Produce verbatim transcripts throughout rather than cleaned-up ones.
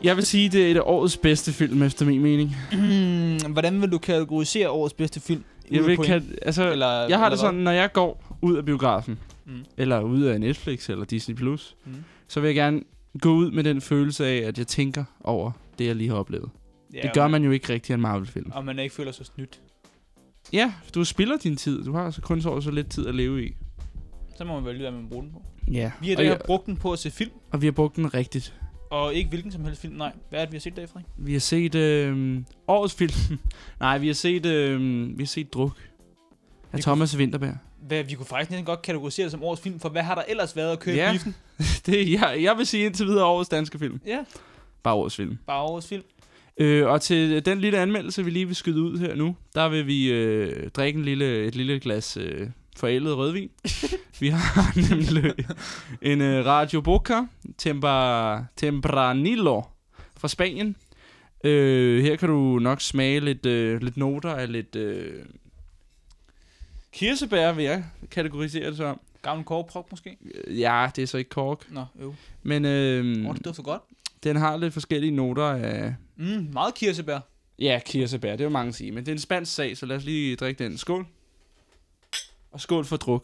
Jeg vil sige, det er et af årets bedste film, efter min mening. Mm, hvordan vil du kategorisere årets bedste film? Jeg, vil kan, altså, eller, jeg har eller det sådan, når jeg går ud af biografen, mm. eller ud af Netflix eller Disney Plus, mm. så vil jeg gerne gå ud med den følelse af, at jeg tænker over det, jeg lige har oplevet. Ja, det gør man jo ikke rigtig i en Marvel-film. Og man ikke føler sig snydt. Ja, du spilder din tid. Du har altså kun så, så lidt tid at leve i. Så må man vælge, hvad man bruger den på. Ja. Vi har da jeg... brugt den på at se film. Og vi har brugt den rigtigt. Og ikke hvilken som helst film, nej. Hvad er det, vi har set der, Frederik? Vi har set øh, årets film. Nej, vi har set, øh, vi har set Druk af vi Thomas kunne... Vinterberg. Hvad, vi kunne faktisk næsten godt kategorisere det som årets film, for hvad har der ellers været at køre ja. i biffen? det, jeg, jeg vil sige indtil videre årets danske film. Ja. Bare årets film. Bare årets film. Øh, og til den lille anmeldelse, vi lige vil skyde ud her nu, der vil vi øh, drikke en lille, et lille glas øh, forældet rødvin. Vi har nemlig en øh, Radio Boca Tempa, Tempranillo fra Spanien. Øh, her kan du nok smage lidt, øh, lidt noter af lidt øh, kirsebær, vil jeg kategorisere det som. Gammel korkprok måske? Ja, det er så ikke kork. Nå, øv. Men øh, oh, det dufter godt. Den har lidt forskellige noter af... Mm, meget kirsebær. Ja, kirsebær, det er jo mange at sige. Men det er en spansk sag, så lad os lige drikke den. Skål. Og skål for druk.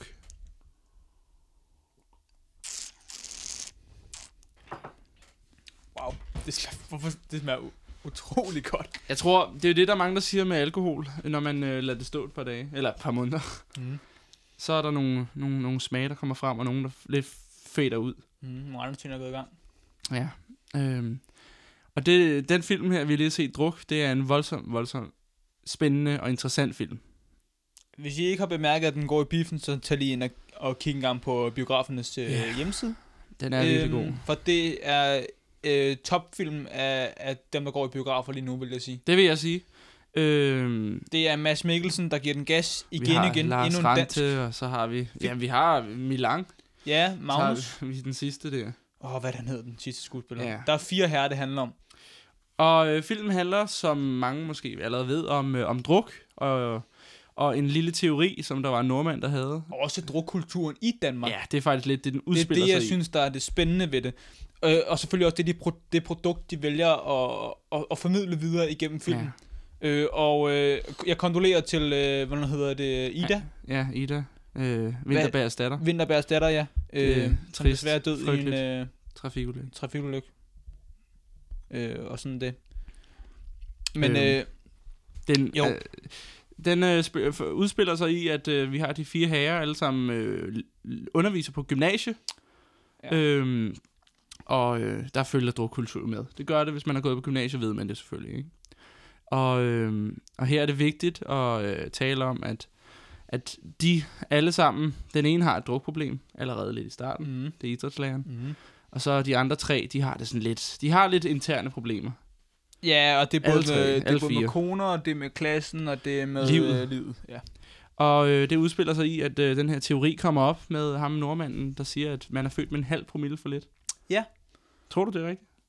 Wow, det smager, det smager utrolig godt. Jeg tror, det er jo det, der er mange, der siger med alkohol, når man øh, lader det stå et par dage, eller et par måneder. Mm. Så er der nogle, nogle, nogle smage, der kommer frem, og nogle, der lidt fader ud. Mm, nogle andre ting er gået i gang. Ja. Øhm. Og det, den film her, vi lige har set, Druk, det er en voldsom, voldsom, spændende og interessant film. Hvis I ikke har bemærket, at den går i biffen, så tag lige ind og, og kig en gang på biografernes øh, yeah. hjemmeside. Den er virkelig god. For det er øh, topfilm af, af dem, der går i biografer lige nu, vil jeg sige. Det vil jeg sige. Øhm, det er Mads Mikkelsen, der giver den gas igen vi har igen. Lars endnu en Rante, dansk. Og så har vi, ja, vi har Milan. Ja, Magnus. Så har vi den sidste der. Åh, oh, hvad den hed, den sidste skuespiller. Ja. Der er fire her, det handler om. Og øh, filmen handler, som mange måske allerede ved, om, øh, om druk, og, og en lille teori, som der var en nordmand, der havde. Og også drukkulturen i Danmark. Ja, det er faktisk lidt det, den udspiller sig Det er det, jeg i. synes, der er det spændende ved det. Øh, og selvfølgelig også det, de pro- det produkt, de vælger at, at, at formidle videre igennem filmen. Ja. Øh, og øh, jeg kondolerer til, øh, hvordan hedder det, Ida? Ja, ja Ida. Øh, Vinterbergs datter. Vinterbergs datter, ja. Øh, som desværre død frygteligt. i en øh, trafikulykke. trafikulykke. Øh, og sådan det. Men øh, øh, den, jo. Øh, den øh, sp- udspiller sig i, at øh, vi har de fire herrer, alle sammen øh, underviser på gymnasie. Ja. Øhm, og øh, der følger drukkultur med. Det gør det, hvis man har gået på gymnasie, ved man det selvfølgelig, ikke? Og, øh, og her er det vigtigt at øh, tale om, at, at de alle sammen, den ene har et drukproblem, allerede lidt i starten, mm. det er idrætslæreren. Mm. Og så de andre tre, de har det sådan lidt, de har lidt interne problemer. Ja, og det er både, tre, med, det er både med koner, og det er med klassen, og det er med livet. Øh, livet. Ja. Og øh, det udspiller sig i, at øh, den her teori kommer op med ham nordmanden, der siger, at man er født med en halv promille for lidt. Ja. Tror du, det er rigtigt?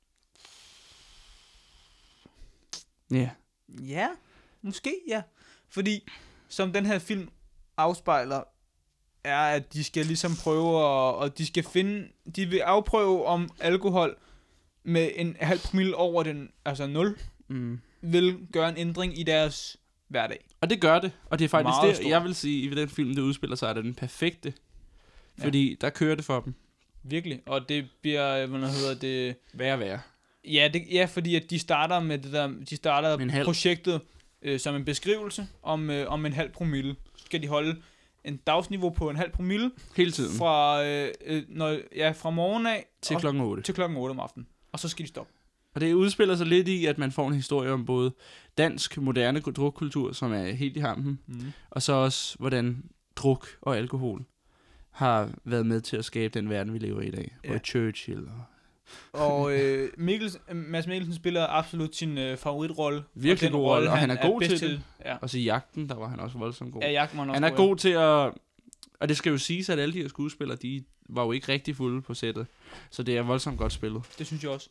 Ja. Yeah. Ja, måske ja. Fordi, som den her film afspejler, er, at de skal ligesom prøve, at, og de skal finde, de vil afprøve om alkohol med en halv promille over den, altså nul, mm. vil gøre en ændring i deres hverdag. Og det gør det, og det er faktisk meget det, stor. jeg vil sige, i den film, det udspiller sig, er det den perfekte. Fordi ja. Der kører det for dem. Virkelig, og det bliver, hvordan hedder det... Værre og værre. Ja, det, ja, fordi at de starter med det der, de starter projektet øh, som en beskrivelse om, øh, om en halv promille. Så skal de holde en dagsniveau på en halv promille. Hele tiden. Fra, øh, øh, når, ja, fra morgen af til klokken otte. Til klokken otte om aftenen. Og så skal de stoppe. Og det udspiller sig lidt i, at man får en historie om både dansk, moderne drukkultur, som er helt i hampen, mm. og så også, hvordan druk og alkohol har været med til at skabe den verden, vi lever i i dag. Ja. Både Churchill og... og øh, Mikkels, Mads Mikkelsen spiller absolut sin øh, favoritrolle. Virkelig god rolle, og han, han er god er til, til det. Ja. Og så i Jagten, der var han også voldsomt god. Ja, Jagten var han også Han er god, god til at... Og det skal jo siges, at alle de her skuespillere, de var jo ikke rigtig fulde på sættet. Så det er voldsomt godt spillet. Det synes jeg også.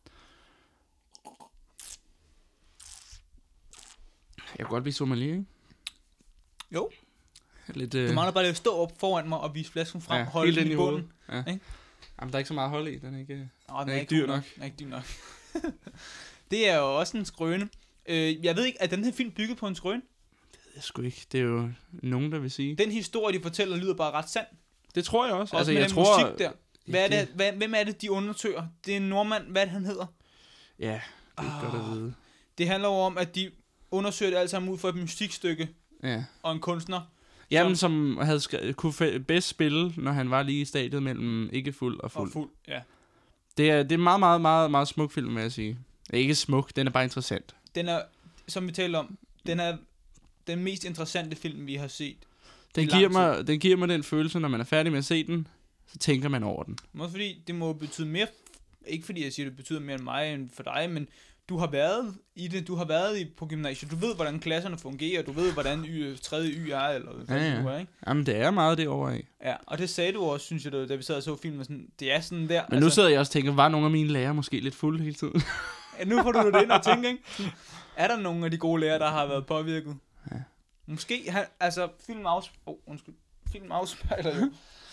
Jeg kan godt vise sommelier, ikke? Jo. Lidt, øh... Du mangler bare at stå op foran mig og vise flasken frem, ja, holde den i bunden. Ja. Ikke? Jamen, der er ikke så meget hold i. Den er ikke, Nå, den er er ikke dyr nok. Den er ikke dyr nok. Det er jo også en skrøne. Øh, jeg ved ikke, er den her film bygget på en skrøne? Det ved jeg sgu ikke. Det er jo nogen, der vil sige. Den historie, de fortæller, lyder bare ret sand. Det tror jeg også. Også altså, med jeg den tror... musik der. Hvad er det, hvad, hvem er det, de undersøger? Det er en nordmand, hvad han hedder? Ja, det er ah, godt at vide. Det handler jo om, at de undersøger det alt sammen ud for et musikstykke. Ja. Og en kunstner. Jamen, som, som havde skrevet, kunne bedst spille, når han var lige i stadiet mellem ikke fuld og fuld. Og fuld, ja. Det er, det er en meget, meget, meget, meget smuk film, vil jeg sige. Ikke smuk, den er bare interessant. Den er, som vi talte om, den er den mest interessante film, vi har set. Den giver, mig, den giver mig den følelse, når man er færdig med at se den, så tænker man over den. Måske fordi det må betyde mere, ikke fordi jeg siger, det betyder mere end mig end for dig, men du har været i det, du har været i, på gymnasiet, du ved, hvordan klasserne fungerer, du ved, hvordan y, tredje Y er, eller hvad ja, ja. du er, ikke? Jamen, det er meget det over af. Ja, og det sagde du også, synes jeg, da vi sad og så filmen, sådan, det er sådan der. Men altså, nu sidder jeg også og tænker, var nogle af mine lærere måske lidt fulde hele tiden? Ja, nu får du det ind og tænke, ikke? Er der nogle af de gode lærere, der har været påvirket? Ja. Måske, han, altså, filmen afs... Oh, undskyld. Filmen afspejler jo...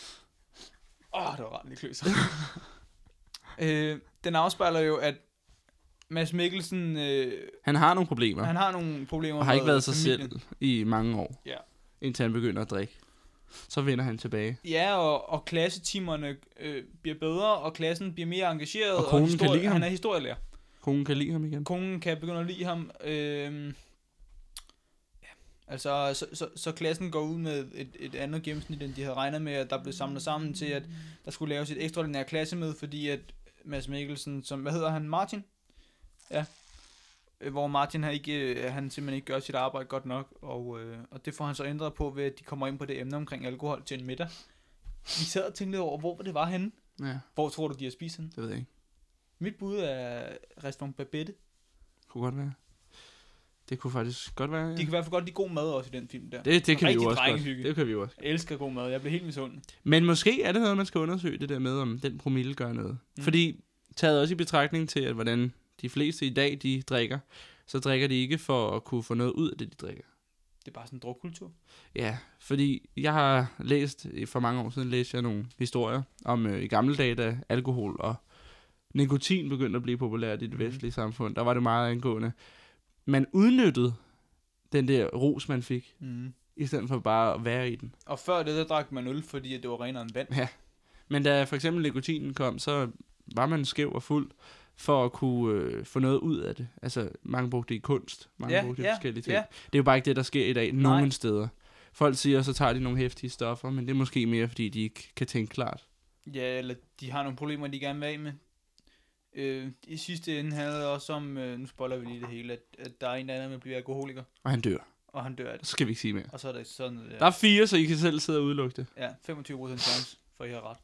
Åh, oh, det var ret lige kløs. øh, den afspejler jo, at Mads Mikkelsen... Øh, han har nogle problemer. Han har nogle problemer. Og har ikke været sig familien. selv i mange år. Ja. Indtil han begynder at drikke. Så vender han tilbage. Ja, og, og klassetimerne øh, bliver bedre, og klassen bliver mere engageret. Og konen og histori- kan lide ham. Han er historielærer. Konen kan lide ham igen. Konen kan begynde at lide ham. Øh, ja. Altså, så, så, så klassen går ud med et, et andet gennemsnit, end de havde regnet med, at der blev samlet sammen til, at der skulle laves et ekstraordinært klassemøde, fordi at Mads Mikkelsen, som, hvad hedder han, Martin? Ja. Hvor Martin har ikke, han simpelthen ikke gør sit arbejde godt nok, og, øh, og det får han så ændret på, ved at de kommer ind på det emne omkring alkohol til en middag. Vi sad og tænkte over, hvor det var henne. Ja. Hvor tror du, de har spist henne? Det ved jeg ikke. Mit bud er restaurant Babette. Kunne godt være. Det kunne faktisk godt være, ja. De kan i hvert fald godt lide god mad også i den film der. Det, det kan vi jo også godt. Det kan vi jo også. Jeg elsker god mad. Jeg bliver helt misundelig. Men måske er det noget, man skal undersøge, det der med, om den promille gør noget. Mm. Fordi, taget også i betragtning til, at hvordan de fleste i dag, de drikker, så drikker de ikke for at kunne få noget ud af det, de drikker. Det er bare sådan en drukkultur. Ja, fordi jeg har læst, for mange år siden læste jeg nogle historier om øh, i gamle dage, da alkohol og nikotin begyndte at blive populært i det vestlige samfund. Der var det meget angående. Man udnyttede den der ros, man fik, mm. i stedet for bare at være i den. Og før det, der drak man øl, fordi det var renere end vand. Ja, men da for eksempel nikotinen kom, så var man skæv og fuld for at kunne øh, få noget ud af det. Altså, mange brugte det i kunst, mange ja, brugte det ja, i forskellige ting. Ja. Det er jo bare ikke det, der sker i dag, Nej. nogen steder. Folk siger, så tager de nogle heftige stoffer, men det er måske mere, fordi de ikke kan tænke klart. Ja, eller de har nogle problemer, de gerne vil af med. Øh, I sidste ende handler det også om, øh, nu spoiler vi lige det hele, at, at der er en, der ender med at blive alkoholiker. Og han dør. Og han dør af det. Så skal vi ikke sige mere. Og så er der sådan... Ja. Der er fire, så I kan selv sidde og udelukke det. Ja, femogtyve procent chance, for I har ret.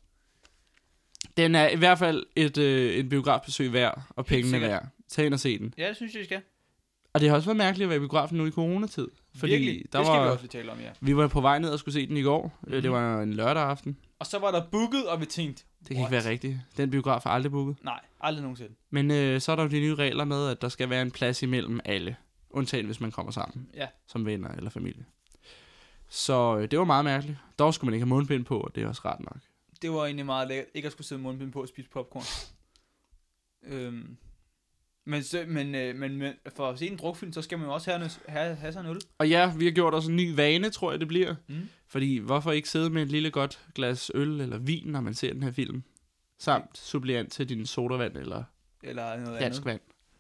Den er i hvert fald et, øh, et biografbesøg værd, og pengene sikkert. værd. Tag ind og se den. Ja, det synes jeg, I skal. Og det har også været mærkeligt at være i biografen nu i coronatid. Fordi Virkelig, der det skal var, vi også lige tale om, ja. Vi var på vej ned og skulle se den i går. Mm-hmm. Det var en lørdag aften. Og så var der booket, og vi tænkte... Det kan What? Ikke være rigtigt. Den biograf er aldrig booket. Nej, aldrig nogensinde. Men øh, så er der jo de nye regler med, at der skal være en plads imellem alle. Undtagen hvis man kommer sammen. Ja. Som venner eller familie. Så øh, det var meget mærkeligt. Dog skulle man ikke have mundbind på, og det er også ret nok. Det var egentlig meget lækkert. Ikke at skulle sidde mundbind på og spise popcorn. øhm... Men, så, men, øh, men, men for at se en drukfilm, så skal man jo også have, have, have sig en øl. Og ja, vi har gjort også en ny vane, tror jeg det bliver. Mm. Fordi hvorfor ikke sidde med et lille godt glas øl eller vin, når man ser den her film? Samt suppliant til din sodavand eller, eller noget dansk andet. vand.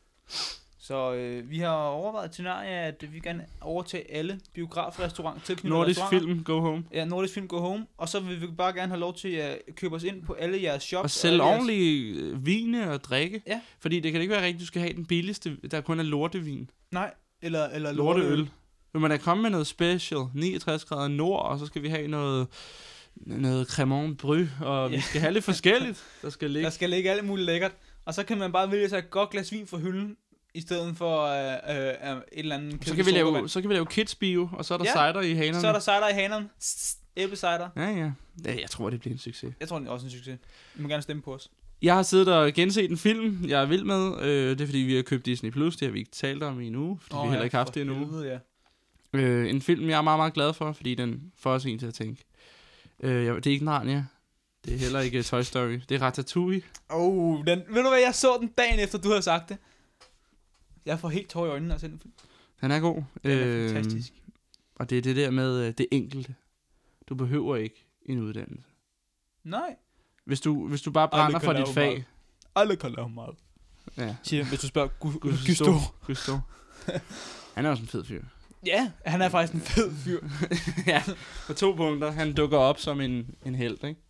Så øh, vi har overvejet et scenarie, at vi gerne overtage alle biografrestaurant tilknyttet Nordisk Film, Go Home. Ja, Nordisk Film, Go Home. Og så vil vi bare gerne have lov til at købe os ind på alle jeres shops. Og sælge og ordentlige jeres... vine og drikke. Ja. Fordi det kan ikke være rigtigt, du skal have den billigste, der kun er lortevin. Nej, eller, eller lorteøl. Lorte vil man da komme med noget special, niogtres grader nord, og så skal vi have noget... noget Cremant Bry, og ja. Vi skal have lidt forskelligt, der skal ligge. Der skal ligge alt muligt lækkert. Og så kan man bare vælge sig et godt glas vin fra hylden, i stedet for øh, øh, et eller andet... Så kan, vi lave, så kan vi lave kids bio, og så er der ja. cider i hanerne. Så er der cider i hanerne. Æblecider. Ja, ja. ja. Jeg tror, det bliver en succes. Jeg tror, det er også en succes. I må gerne stemme på os. Jeg har siddet og genset en film, jeg er vild med. Øh, det er fordi, vi har købt Disney Plus. Det har vi ikke talt om endnu, fordi oh, vi heller ja, ikke haft det endnu. Helvede, ja. øh, en film, jeg er meget, meget glad for, fordi den får os en til at tænke. Øh, det er ikke Narnia. Det er heller ikke Toy Story. Det er Ratatouille. Oh, den, ved du hvad, jeg så den dagen efter, du havde sagt det. Jeg får helt tår i øjnene af den film. Den er god. Den er Øhm, fantastisk. Og det er det der med øh, det enkelte. Du behøver ikke en uddannelse. Nej. Hvis du, hvis du bare brænder for dit fag. Meget. Alle kan lave meget. Ja. Siger, hvis du spørger Gu- Gusto. Gusto. Gusto. Han er også en fed fyr. Ja, han er faktisk en fed fyr. Ja, på to punkter. Han dukker op som en, en helt, ikke?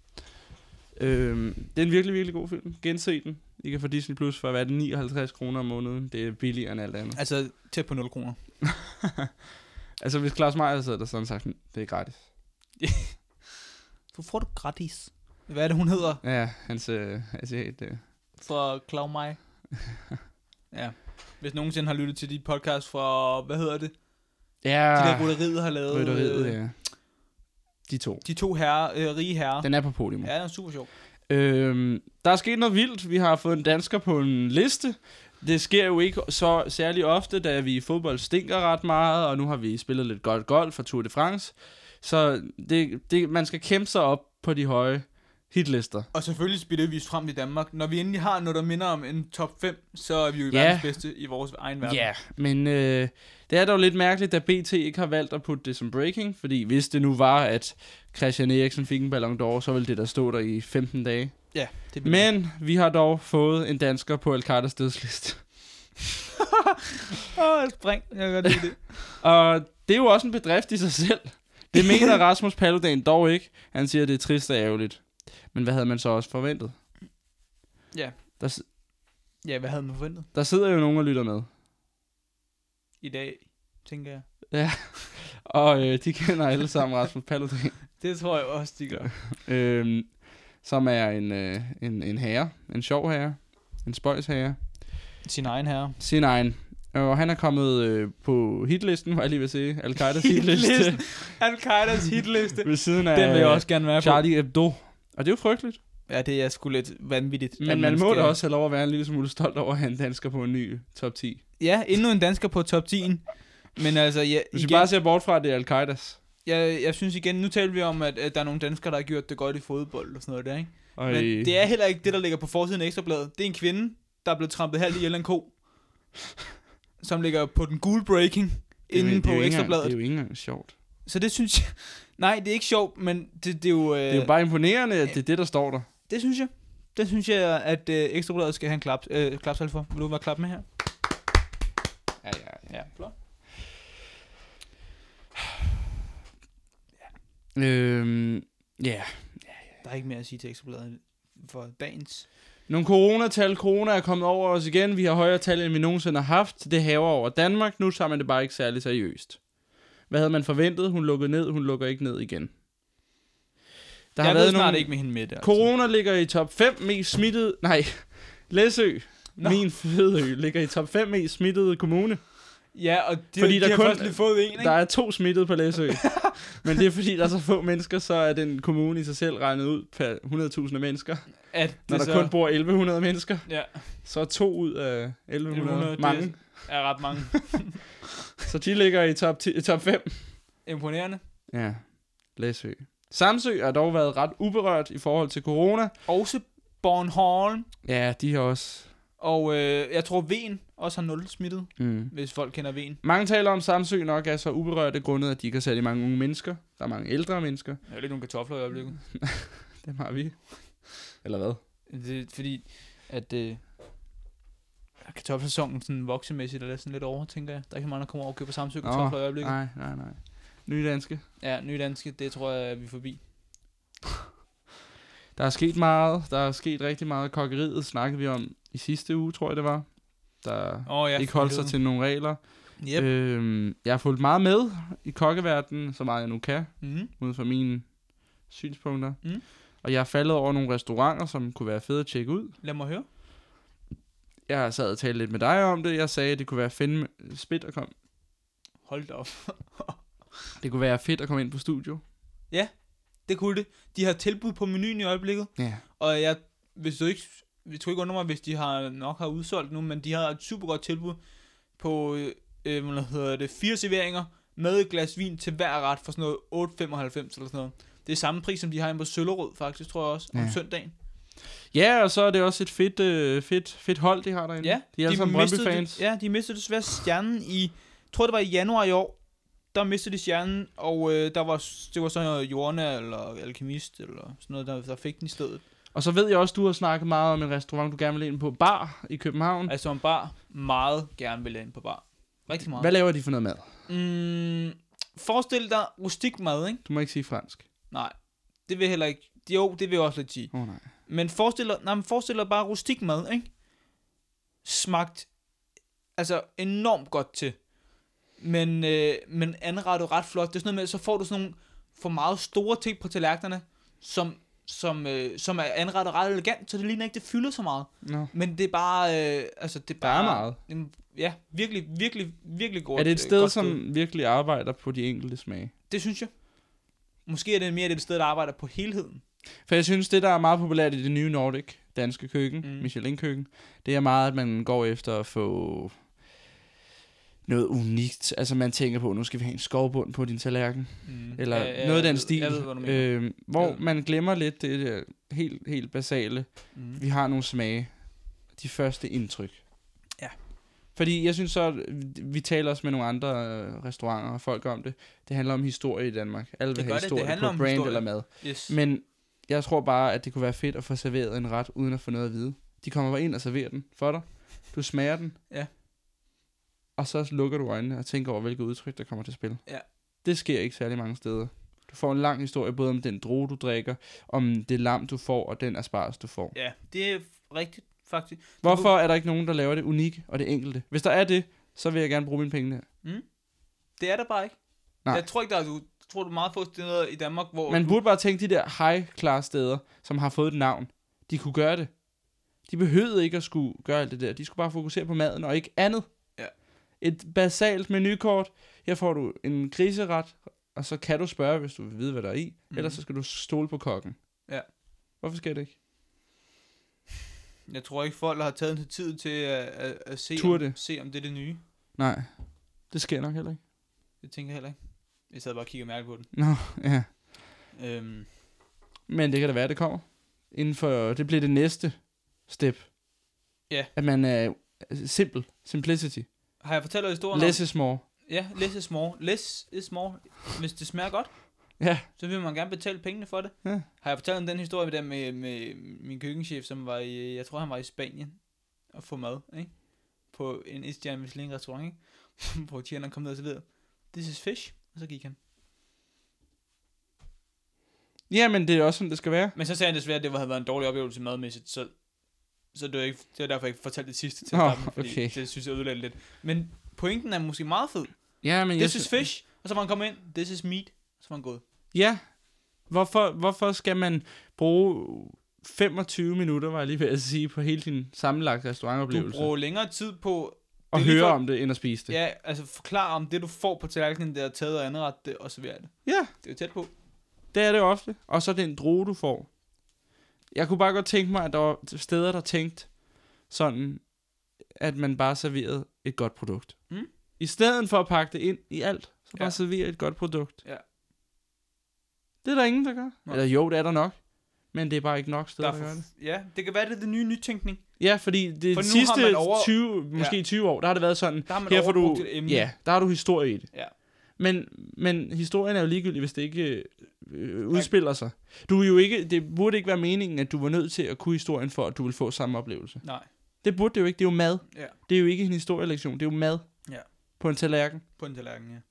Øhm, det er en virkelig, virkelig god film. Gense den. I kan få Disney Plus for, hvad er det, nioghalvtreds kroner om måneden. Det er billigere end alt andet. Altså, tæt på nul kroner. Altså, hvis Claus Meier sidder der sådan sagt, det er gratis. Du får det gratis. Hvad er det, hun hedder? Ja, hans øh, asiat. Øh. Fra Claus Meier. Ja. Hvis nogensinde har lyttet til de podcast fra, hvad hedder det? Ja. De der rytteriet har lavet. Rytteriet, øh, ja. De to. De to herrer, øh, rige herrer. Den er på podium. Ja, den er super sjov. Øhm, der er sket noget vildt. Vi har fået en dansker på en liste. Det sker jo ikke så særlig ofte, da vi i fodbold stinker ret meget, og nu har vi spillet lidt godt golf for Tour de France. Så det, det, man skal kæmpe sig op på de høje hitlister. Og selvfølgelig spiller vi frem i Danmark. Når vi endelig har noget, der minder om en top fem, så er vi jo i Ja. verdens bedste i vores egen verden. Ja, men øh, det er dog lidt mærkeligt, at B T ikke har valgt at putte det som breaking, fordi hvis det nu var, at Christian Eriksen fik en Ballon d'Or, så ville det der stå der i femten dage. Ja, det bliver Men vi har dog fået en dansker på Al-Qaidas dødsliste. Åh, oh, spring. Jeg kan godt lide det. Og det er jo også en bedrift i sig selv. Det mener Rasmus Paludan dog ikke. Han siger, at det er trist og ærgerligt. Men hvad havde man så også forventet? Ja. Der, s- Ja, hvad havde man forventet? der sidder jo nogen og lytter med. I dag, tænker jeg. Ja. Og øh, de kender alle sammen Rasmus Paludan. Det tror jeg også, de gør. øhm, som er en, øh, en, en herre. En sjov herre. En spøjs herre. Sin egen herre. Sin egen. Og han er kommet øh, på hitlisten, var jeg lige ved at sige. Al-Qaidas hitliste. Hitlisten. Al-Qaidas hitliste. Ved siden af Den vil jeg også gerne være på. Charlie Hebdo. Og det er jo frygteligt. Ja, det er sgu lidt vanvittigt. Men at man må skal- da også have lov at være en lille smule stolt over at have en dansker på en ny top ti. Ja, endnu en dansker på top ti. Men altså, ja, Hvis vi igen, bare ser bort fra, at det er Al-Qaidas. jeg, jeg synes igen, nu taler vi om, at, at der er nogle danskere, der har gjort det godt i fodbold og sådan noget der, ikke? Og Men det er heller ikke det, der ligger på forsiden af Ekstrabladet. Det er en kvinde, der er blevet trampet halvt ihjel af en ko, som ligger på den gule breaking inde på Ekstrabladet. Det er jo ikke engang sjovt. Så det synes jeg... Nej, det er ikke sjovt, men det, det er jo... Øh, Det er jo bare imponerende, at det er det, der står der. Det synes jeg. Det synes jeg, at øh, Ekstrabladet skal have en klap, øh, klapsal for. Vil du være klap med her? Ja, ja, Ja, flot. Øhm, ja. Der er ikke mere at sige til Ekstrabladet for dagens. Nogle coronatal. Corona er kommet over os igen. Vi har højere tal, end vi nogensinde har haft. Det hæver over Danmark. Nu tager man det bare ikke særlig seriøst. Hvad havde man forventet? Hun lukkede ned. Hun lukker ikke ned igen. Der Jeg har ved været snart nogle... ikke med hende med det. Altså. Corona ligger i top fem mest smittede... Nej, Læsø. Nå. Min fede ø ligger i top fem mest smittede kommune. Ja, og de, Fordi de der har kun- først lige fået en, ikke? Der er to smittede på Læsø. Men det er fordi, der er så få mennesker, så er den kommune i sig selv regnet ud per hundrede tusind mennesker. At det Når der så, kun bor elleve hundrede mennesker, ja, så er to ud af elleve hundrede det mange. er ret mange. Så de ligger i top, ti, top fem. Imponerende. Ja, Læsø. Samsø har dog været ret uberørt i forhold til corona. Også Bornholm. Ja, de har også... Og øh, jeg tror, Ven også har nul smittet, Mm. hvis folk kender Ven. Mange taler om Samsø nok er så uberørte grundet, at de ikke har særlig mange unge mennesker. Der er mange ældre mennesker. Jeg har lidt nogle kartofler i øjeblikket. Dem har vi. Eller hvad? Det er fordi, at øh, kartoffelsæsonen sådan voksemæssigt er sådan lidt over, tænker jeg. Der er ikke mange, der kommer over og køber Samsø kartofler i øjeblikket. Nej, nej, nej. Nye danske. Ja, nye danske, det tror jeg, vi er forbi. Der er sket meget. Der er sket rigtig meget. Kokkeriet snakkede vi om i sidste uge, tror jeg det var. Der Åh, ja, ikke holdt sig til nogle regler. Yep. Øhm, jeg har fulgt meget med i kokkeverdenen, så meget jeg nu kan, Mm. ud fra mine synspunkter. Mm. Og jeg har faldet over nogle restauranter, som kunne være fede at tjekke ud. Lad mig høre. Jeg har sad og talt lidt med dig om det. Jeg sagde, at det kunne være fedt spit at komme. Hold da op. Det kunne være fedt at komme ind på studio. Det kunne det. De har tilbud på menuen i øjeblikket. Ja. Og jeg, hvis du ikke, vi tror ikke under mig, hvis de har nok har udsolgt nu, men de har et super godt tilbud på, øh, hvad hedder det, fire serveringer med et glas vin til hver ret for sådan noget otte femoghalvfems eller sådan noget. Det er samme pris, som de har inde på Søllerød, faktisk, tror jeg også, om Ja. søndagen. Ja, og så er det også et fedt, øh, fedt, fedt hold, de har derinde. Ja, de er alle sammen Brøndby-fans. Ja, de mistede desværre stjernen i, jeg tror det var i januar i år, der mistede de stjernen, og øh, der var, det var sådan Jordne eller Alkemist, eller sådan noget, der, der fik den i stedet. Og så ved jeg også, du har snakket meget om en restaurant, du gerne vil ind på, Bar i København. Altså en bar, meget gerne vil ind på bar. Rigtig meget. Hvad laver de for noget mad? Mm, forestil dig rustik mad, ikke? Du må ikke sige fransk. Nej, det vil heller ikke. Jo, det vil jeg også lidt sige. Åh oh, nej. Men forestil dig, nej, men forestil dig bare rustik mad, ikke? Smagt altså enormt godt til. Men, øh, men anrettet ret flot. Det er sådan noget med, så får du sådan nogle for meget store ting på tallerkenerne, som, som, øh, som er anrettet ret elegant, så det ligner ikke, det fylder så meget. No. Men det er bare, øh, altså det er Der er bare... meget. En, ja, virkelig, virkelig, virkelig godt. Er det et sted, godt som virkelig arbejder på de enkelte smage? Det synes jeg. Måske er det mere det et sted, der arbejder på helheden. For jeg synes, det der er meget populært i det nye Nordic, danske køkken, Mm. Michelin-køkken, det er meget, at man går efter at få noget unikt. Altså man tænker på, nu skal vi have en skovbund på din tallerken. Mm. Eller Ja, ja, noget af den jeg ved- stil. jeg ved, hvad du mener. Øh, hvor Jeg ved. man glemmer lidt det der helt, helt basale. Mm. Vi har nogle smage. De første indtryk. Ja. Fordi jeg synes så, at vi taler også med nogle andre øh, restauranter og folk om det. Det handler om historie i Danmark. Alle vil Det have gør det. Det historie handler på om brand historie. eller mad. Yes. Men jeg tror bare, at det kunne være fedt at få serveret en ret, uden at få noget at vide. De kommer bare ind og serverer den for dig. Du smager den. Ja. Og så lukker du øjnene og tænker over, hvilket udtryk, der kommer til spil. Ja. Det sker ikke særlig mange steder. Du får en lang historie, både om den droge, du drikker, om det lam, du får, og den asparges, du får. Ja, det er rigtigt, faktisk. Hvorfor er der ikke nogen, der laver det unikke og det enkelte? Hvis der er det, så vil jeg gerne bruge mine penge der. Mm. Det er der bare ikke. Nej. Jeg tror ikke, der er, du jeg tror, du er meget få steder i Danmark, hvor Man du... burde bare tænke, de der high-class steder, som har fået et navn, de kunne gøre det. De behøvede ikke at skulle gøre alt det der. De skulle bare fokusere på maden og ikke andet. Ja. Et basalt menukort. Her får du en griseret, og så kan du spørge, hvis du vil vide, hvad der er i. Mm. Ellers så skal du stole på kokken. Ja. Hvorfor sker det ikke? Jeg tror ikke, folk har taget sig tid til at, at, at se, Tur om, det. se, om det er det nye. Nej, det sker nok heller ikke. Det tænker jeg heller ikke. Jeg sad bare og kiggede mærke på den. Nå, ja. Øhm, Men det kan da være, det kommer. Inden for, det bliver det næste step. Ja. At man er simpel. Simplicity. har jeg fortalt dig historien Less om... is more. Ja, less is more. Less is more. Hvis det smager godt, Ja. så vil man gerne betale pengene for det. Ja. Har jeg fortalt om den historie med, der med, med min køkkenchef, som var i, jeg tror han var i Spanien og få mad, ikke? På en et-stjerne Michelin restaurant, ikke? Hvor tjeneren kom ned og så videre. This is fish. Og så gik han. Ja, men det er også sådan, det skal være. Men så sagde han desværre, at det havde været en dårlig oplevelse madmæssigt, så, så det, var ikke, det var derfor, jeg ikke fortalte det sidste til Nå, at starte med, fordi okay. det synes jeg ødelagde lidt. Men pointen er måske meget fed. Ja, men This jeg is sy- fish, og så var han kommet ind. This is meat, så var han gået. Ja. Hvorfor, hvorfor skal man bruge femogtyve minutter, var jeg lige ved at sige, på hele din sammenlagte Du restaurantoplevelse? bruger længere tid på... Og det er lige høre for- om det, end at spise det. Ja, altså forklare om det, du får på tallerkenen, der er taget og anret det, og servere det. Ja, Det er jo tæt på. det er det ofte. Og så den droge, du får. Jeg kunne bare godt tænke mig, at der var steder, der tænkte sådan, at man bare serverede et godt produkt. Mm. I stedet for at pakke det ind i alt, så bare Ja. servere et godt produkt. Ja. Det er der ingen, der gør. Nej. Eller jo, det er der nok. Men det er bare ikke nok steder, Der der, er gør det. for, ja, det kan være, det er det nye nytænkning. Ja, fordi det For nu har sidste man over- tyve, måske Ja. tyve år, der har det været sådan, Der har man her får du, overbrugt et emne. ja, der har du historie i det. Ja. Men, men historien er jo ligegyldig, hvis det ikke øh, udspiller sig. Du er jo ikke, det burde ikke være meningen, at du var nødt til at kunne historien, for at du vil få samme oplevelse. Nej. Det burde det jo ikke, det er jo mad. Ja. Det er jo ikke en historielektion, det er jo mad. Ja. På en tallerken. På en tallerken, ja.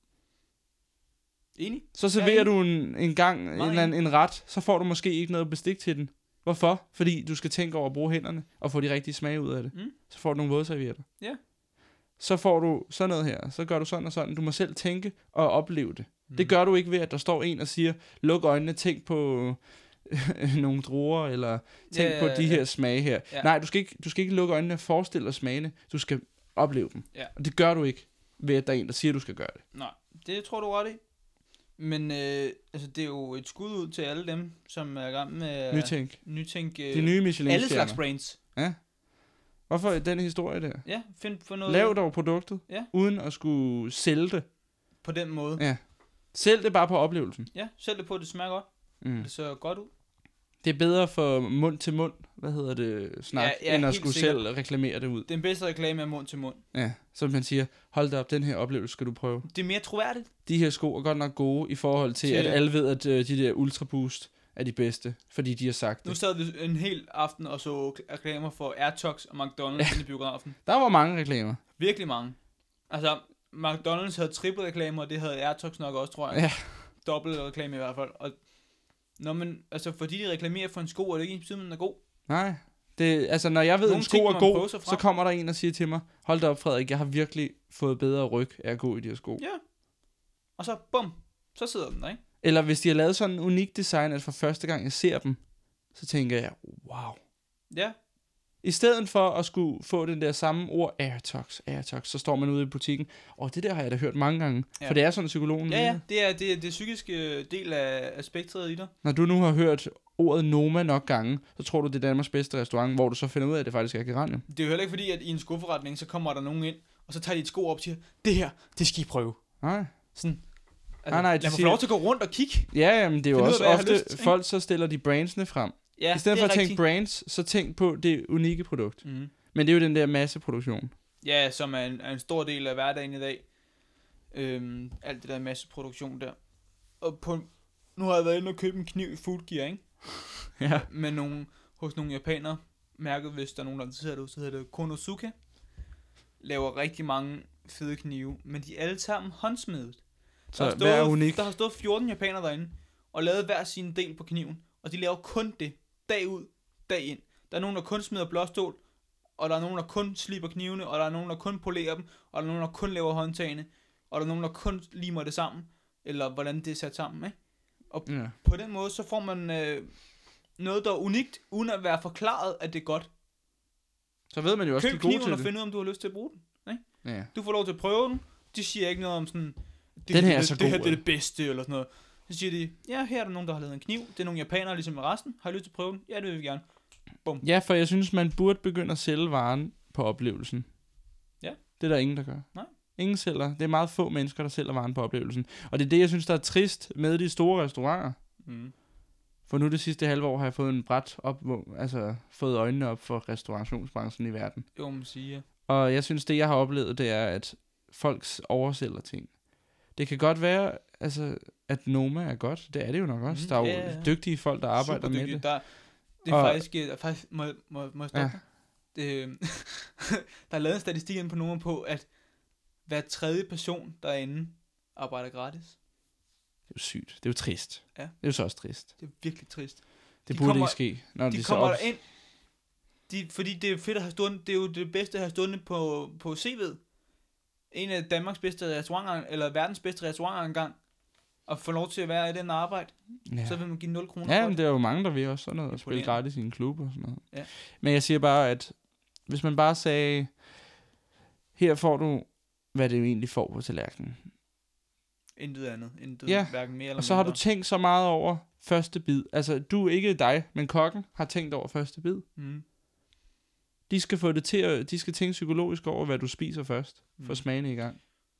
Enig? Så serverer Ja, du en, en gang en, Meget eller anden, en ret, så får du måske ikke noget bestik til den. Hvorfor? Fordi du skal tænke over at bruge hænderne, og få de rigtige smage ud af det. Mm. Så får du nogle vådservietter. Ja. Så får du sådan noget her, så gør du sådan og sådan. Du må selv tænke og opleve det. Mm. Det gør du ikke ved, at der står en og siger, luk øjnene, tænk på nogle druer, eller tænk Ja, på ja, de ja. her smage her. Ja. Nej, du skal, ikke, du skal ikke lukke øjnene og forestille dig smagene. Du skal opleve dem. Ja. Og det gør du ikke, ved at der er en, der siger, at du skal gøre det. Nej, det tror du ret i. Men øh, altså, det er jo et skud ud til alle dem, som er i gang med at Nytænk. nytænke øh, De nye Michelin-stjerner. alle slags brands. Ja. Hvorfor er den historie der? Ja, find for noget Lav dog produktet, Ja. uden at skulle sælge det. på den måde. Ja. Sælg det bare på oplevelsen. Ja, sælg det på, at det smager godt. Mm. Det ser godt ud. Det er bedre for mund til mund, hvad hedder det, snak, Ja, ja, ja, ja, end at helt skulle sikkert. selv reklamere det ud. Den bedste reklame er mund til mund. Ja, som man siger, hold da op, den her oplevelse skal du prøve. Det er mere troværdigt. De her sko er godt nok gode i forhold til, Til- at alle ved, at øh, de der Ultra Boost er de bedste, fordi de har sagt Nu det. sad vi en hel aften og så reklamer for AirTox og McDonald's inde i biografen. Der var mange reklamer. Virkelig mange. Altså, McDonald's havde triple reklamer, og det havde AirTox nok også, tror jeg. Ja. Dobbelt reklame i hvert fald. Og når man, altså, fordi de reklamerer for en sko, er det ikke betydet, at den er god. Nej. Det, altså, når jeg ved, at Nogle en sko ting er må man prøve god, sig så frem. kommer der en og siger til mig, hold da op, Frederik, jeg har virkelig fået bedre ryg af at gå i de her sko. Ja. Og så, bum, så sidder den der, ikke? Eller hvis de har lavet sådan en unik design, at for første gang jeg ser dem, så tænker jeg, wow. Ja. I stedet for at skulle få den der samme ord, AirTox, AirTox, så står man ude i butikken, og det der har jeg da hørt mange gange, Ja. for det er sådan psykologen. Ja, ja, mener. det er det, er det psykiske del af, af spektret i dig. Når du nu har hørt ordet Noma nok gange, så tror du, det er Danmarks bedste restaurant, hvor du så finder ud af, at det faktisk er Geranium. Det er jo heller ikke fordi, at i en skoforretning, så kommer der nogen ind, og så tager de et sko op og siger, det her, det skal I prøve. Nej. Sådan. Altså, Nej, nej, de lad mig siger- få lov til at gå rundt og kigge. Ja, jamen, det er jo Find ud af, også hvad jeg har ofte, lyst til, ikke? folk så stiller de brandsene frem. Ja, I stedet det for er at tænke rigtigt. brands, så tænk på det unikke produkt. Mm. Men det er jo den der masseproduktion. Ja, som er en, er en stor del af hverdagen i dag. Øhm, alt det der masseproduktion der. Og på, nu har jeg været inde og købe en kniv i Food Gear, ikke? Ja. Med nogle, hos nogle japanere. Mærket, hvis der er nogen, der interesserer det, så hedder det Konosuke. Laver rigtig mange fede knive, men de er alle sammen håndsmedet. Så Der har hvad er stået- unikt? Der har stået fjorten japanere derinde, og lavet hver sin del på kniven. Og de laver kun det, dag ud, dag ind. Der er nogen, der kun smider blåstål, og der er nogen, der kun sliber knivene, og der er nogen, der kun polerer dem, og der er nogen, der kun laver håndtagene, og der er nogen, der kun limer det sammen, eller hvordan det er sat sammen, ikke? Og Ja. på den måde, så får man øh, noget, der er unikt, uden at være forklaret, at det er godt. Så ved man jo også, Køb de er gode kniven til og det. find ud af, om du har lyst til at bruge den. Ja. Du får lov til at prøve den. De siger ikke noget om sådan, det, Den her det, er så det her god, det er det bedste, eller sådan noget. Så siger de, ja, her er der nogen, der har lavet en kniv. Det er nogle japanere, ligesom med resten. Har I lyst til at prøve den? Ja, det vil vi gerne. Ja, for jeg synes, man burde begynde at sælge varen på oplevelsen. Ja. Det er der ingen, der gør. Nej. Ingen sælger. Det er meget få mennesker, der sælger varen på oplevelsen. Og det er det, jeg synes, der er trist med de store restauranter. Mm. For nu det sidste halve år har jeg fået en bræt op, hvor, altså fået øjnene op for restaurationsbranchen i verden. Jo, man siger. Og jeg synes, det jeg har oplevet, det er, at folk oversælger ting. Det kan godt være, altså, at Noma er godt. Det er det jo nok også. Mhm, Der er jo ja, ja. dygtige folk, der arbejder med det. Der, det er Og- faktisk, der er faktisk, må, må, må jeg stoppe Ja. dig? Det, øhm, der er lavet en statistik inde på nogen på, at hver tredje person derinde arbejder gratis. Det er jo sygt. Det er jo trist. Ja. Det er jo så også trist. Det er virkelig trist. Det De burde kommer- ikke ske, når de, De så kommer op... der ind, de, fordi det er fedt at have stående, det er jo det bedste at have stående på, på C V'et. En af Danmarks bedste restauranter, eller verdens bedste restauranter engang, og få lov til at være i den arbejde, Ja. så vil man give nul kroner Ja, for men det. det er jo mange, der vil også sådan noget. At spille Imponerende. gratis i en klub og sådan noget. Ja. Men jeg siger bare, at hvis man bare sagde, her får du, hvad det jo egentlig får på tallerkenen. Intet andet, intet Ja, hverken mere eller Og så har du mindre. tænkt så meget over første bid. Altså, du ikke dig, men kokken har tænkt over første bid. Mm. De skal få det til at, de skal tænke psykologisk over, hvad du spiser først, for Mm. at smagene i gang.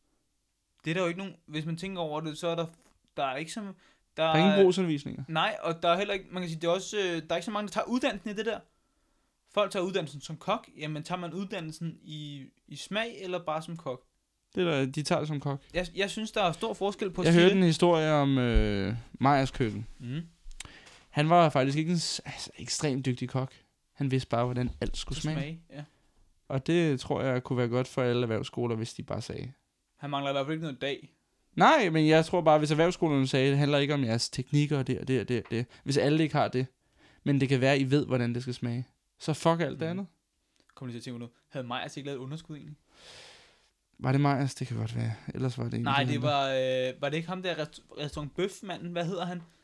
Det er der jo ikke nogen, hvis man tænker over det, så er der, der er ikke så, der, Der er ingen brugsanvisninger. nej, og der er heller ikke, man kan sige, det er også, øh, der er ikke så mange, der tager uddannelsen i det der. Folk tager uddannelsen som kok, jamen tager man uddannelsen i, i smag, eller bare som kok? Det der, de tager det som kok. Jeg, jeg synes, der er stor forskel på at Jeg sige hørte det. en historie om øh, Meyers køkken. Mm. Han var faktisk ikke en s- altså, ekstremt dygtig kok. Han vidste bare, hvordan alt skulle smage. Smag, ja. Og det tror jeg kunne være godt for alle erhvervsskoler, hvis de bare sagde. Han mangler i hvert fald ikke noget dag. Nej, men jeg tror bare, hvis erhvervsskolerne sagde, det handler ikke om jeres teknikker og det og det og det og det. Hvis alle ikke har det, men det kan være, I ved, hvordan det skal smage. Så fuck alt det Mm. andet. Kom lige til at tænke på noget. Havde Meyers ikke lavet et underskud egentlig? Var det Meyers? Det kan godt være. Ellers var det en Nej, af de det andre. var, øh, var det ikke ham der rest- restaurant Bøf-manden? Hvad hedder han?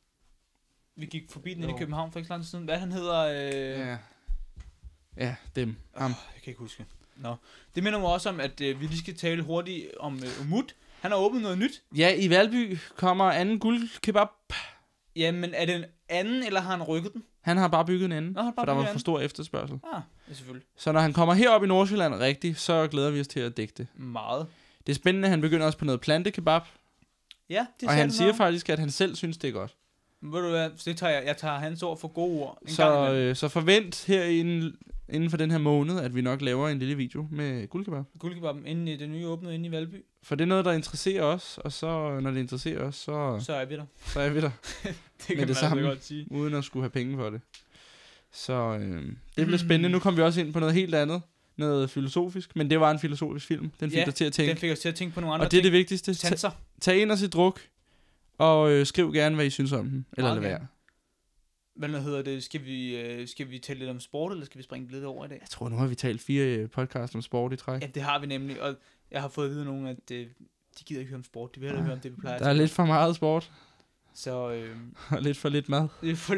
Vi gik forbi den inde i Jo. København for ikke så lang tid siden. Hvad han hedder? Øh... Ja. Ja, dem. Ham. Jeg kan ikke huske. Nå. Det minder mig også om, at øh, vi lige skal tale hurtigt om øh, Umut. Han har åbnet noget nyt. Ja, i Valby kommer anden guldkebab. Jamen, er det en anden, eller har han rykket den? Han har bare bygget en anden, Nå, han har bare for der var bygget for en stor efterspørgsel. Ah, ja, selvfølgelig. Så når han kommer herop i Nordsjælland rigtigt, så glæder vi os til at dække det. Meget. Det er spændende, han begynder også på noget plantekebab. Ja, det Og han du siger noget om. faktisk, at han selv synes, det er godt. Ved du hvad, det tager jeg, jeg tager hans ord for gode ord. En Så, øh, så forvent her inden, inden for den her måned, at vi nok laver en lille video med guldkebab. Guldkebaben inden i det nye åbnede inde i Valby. For det er noget, der interesserer os, og så når det interesserer os, så, Så er vi der. så er vi der. Det med kan det man samme, altså godt sige. Uden at skulle have penge for det. Så øh, det bliver spændende. Nu kommer vi også ind på noget helt andet. Noget filosofisk. Men det var en filosofisk film. Den fik Ja, dig til at tænke. Den fik os til at tænke på nogle andre Og det er ting. det vigtigste. Sanser. Ta- tag ind og sit druk. Og øh, skriv gerne, hvad I synes om den. Eller Okay. lad være. Hvad hedder det? Skal vi, øh, skal vi tale lidt om sport, eller skal vi springe lidt over i dag? Jeg tror, nu har vi talt fire øh, podcast om sport i træk. Ja, det har vi nemlig. Og jeg har fået at vide af nogen, at øh, de gider ikke høre om sport. De vil hellere høre om det, vi plejer Der er lidt for meget sport. Så øh, Og lidt for lidt mad. det er for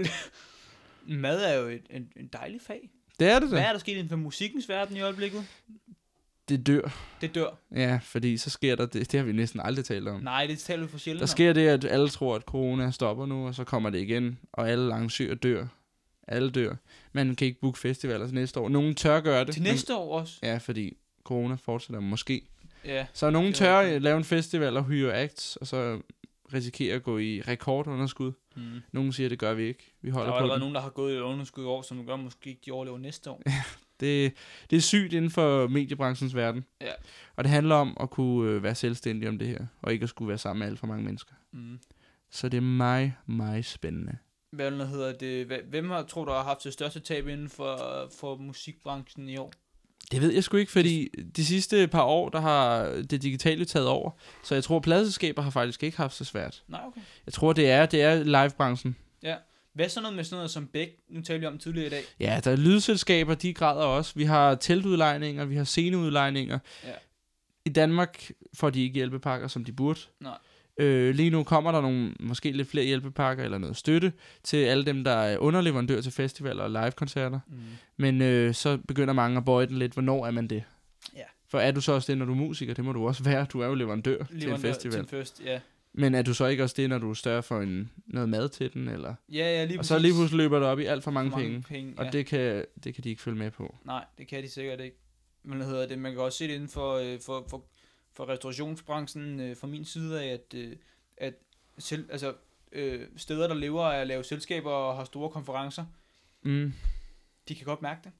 mad er jo et, en, en dejlig fag. Det er det Hvad da. er der sket inden for musikkens verden i øjeblikket? Det dør. Det dør. Ja, fordi så sker der det. Det har vi næsten aldrig talt om. Nej, det taler vi for sjældent Der sker det, at alle tror, at corona stopper nu, og så kommer det igen, og alle arrangører dør. Alle dør. Man kan ikke booke festivaler til næste år. Nogen tør gøre det. Til næste år også? Men, ja, fordi corona fortsætter måske. Ja. Så nogen det er tør rigtigt. lave en festival og hyre acts, og så risikere at gå i rekordunderskud. Mm. Nogen siger, det gør vi ikke. Vi Der holder er på allerede den. nogen, der har gået i underskud i år, som gør måske ikke, de overlever næste år. Det, det er sygt inden for mediebranchens verden. Ja. Og det handler om at kunne øh, være selvstændig om det her, og ikke at skulle være sammen med alt for mange mennesker. Mm. Så det er meget, meget spændende. Hvad hedder det? Hva- Hvem har tror du har haft det største tab inden for, for musikbranchen i år? Det ved jeg sgu ikke, fordi de sidste par år, der har det digitale taget over. Så jeg tror, at pladeselskaber har faktisk ikke haft så svært. Nej, okay. Jeg tror, det er, det er livebranchen. Ja. Hvad er så noget med sådan noget som Beck? Nu talte vi om tidligere i dag. Ja, der er lydselskaber, de græder også. Vi har teltudlejninger, vi har sceneudlejninger. Ja. I Danmark får de ikke hjælpepakker, som de burde. Nej. Øh, lige nu kommer der nogle, måske lidt flere hjælpepakker eller noget støtte til alle dem, der er underleverandør til festivaler og livekoncerter. Mm. Men øh, så begynder mange at bøje den lidt. Hvornår er man det? Ja. For er du så også det, når du er musiker? Det må du også være. Du er jo leverandør, til en Leverandør festival. Til en fest, ja. Men er du så ikke også det, når du er større for en, noget mad til den? Eller? Ja, ja, lige Og så lige pludselig løber det op i alt for mange, For mange penge. penge, Og ja. det kan, det kan de ikke følge med på. Nej, det kan de sikkert ikke. Men hvad hedder det? Man kan også se det inden for, øh, for, for, for restaurationsbranchen øh, fra min side af, at, øh, at selv, altså, øh, steder, der lever af at lave selskaber og har store konferencer, Mm. de kan godt mærke det.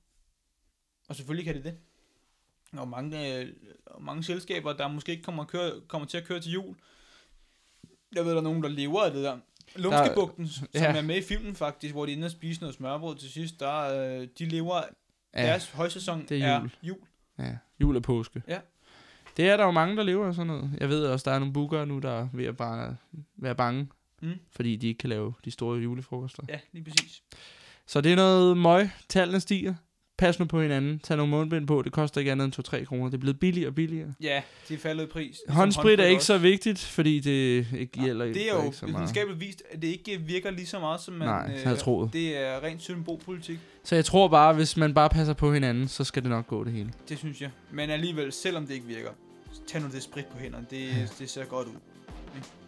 Og selvfølgelig kan de det. Og mange, øh, mange selskaber, der måske ikke kommer, at køre, kommer til at køre til jul. Jeg ved, der er nogen, der lever af det der. Lumskebugten, som ja. er med i filmen faktisk, hvor de er inde og spise noget smørbrød til sidst, der, øh, de lever, Ja, deres højsæson det er er jul. jul. ja, jul og påske. Ja. Det er der jo mange, der lever af sådan noget. Jeg ved også, der er nogle bookere nu, der er ved at bare være bange, Mm. fordi de ikke kan lave de store julefrokoster. Ja, lige præcis. Så det er noget møg. Tallene stiger. Pas nu på hinanden. Tag nogle mundbind på. Det koster ikke andet end to til tre kroner. Det er blevet billigere og billigere. Ja, de er faldet i pris. Ligesom Håndsprit er ikke også. så vigtigt, fordi det ikke gælder Det er jo ikke så meget. videnskabeligt vist, at det ikke virker lige så meget, som man... Nej, så havde jeg troet. Det er rent symbolpolitik. Så jeg tror bare, hvis man bare passer på hinanden, så skal det nok gå det hele. Det synes jeg. Men alligevel, selvom det ikke virker, tag nu det sprit på hænderne. Det, det ser godt ud.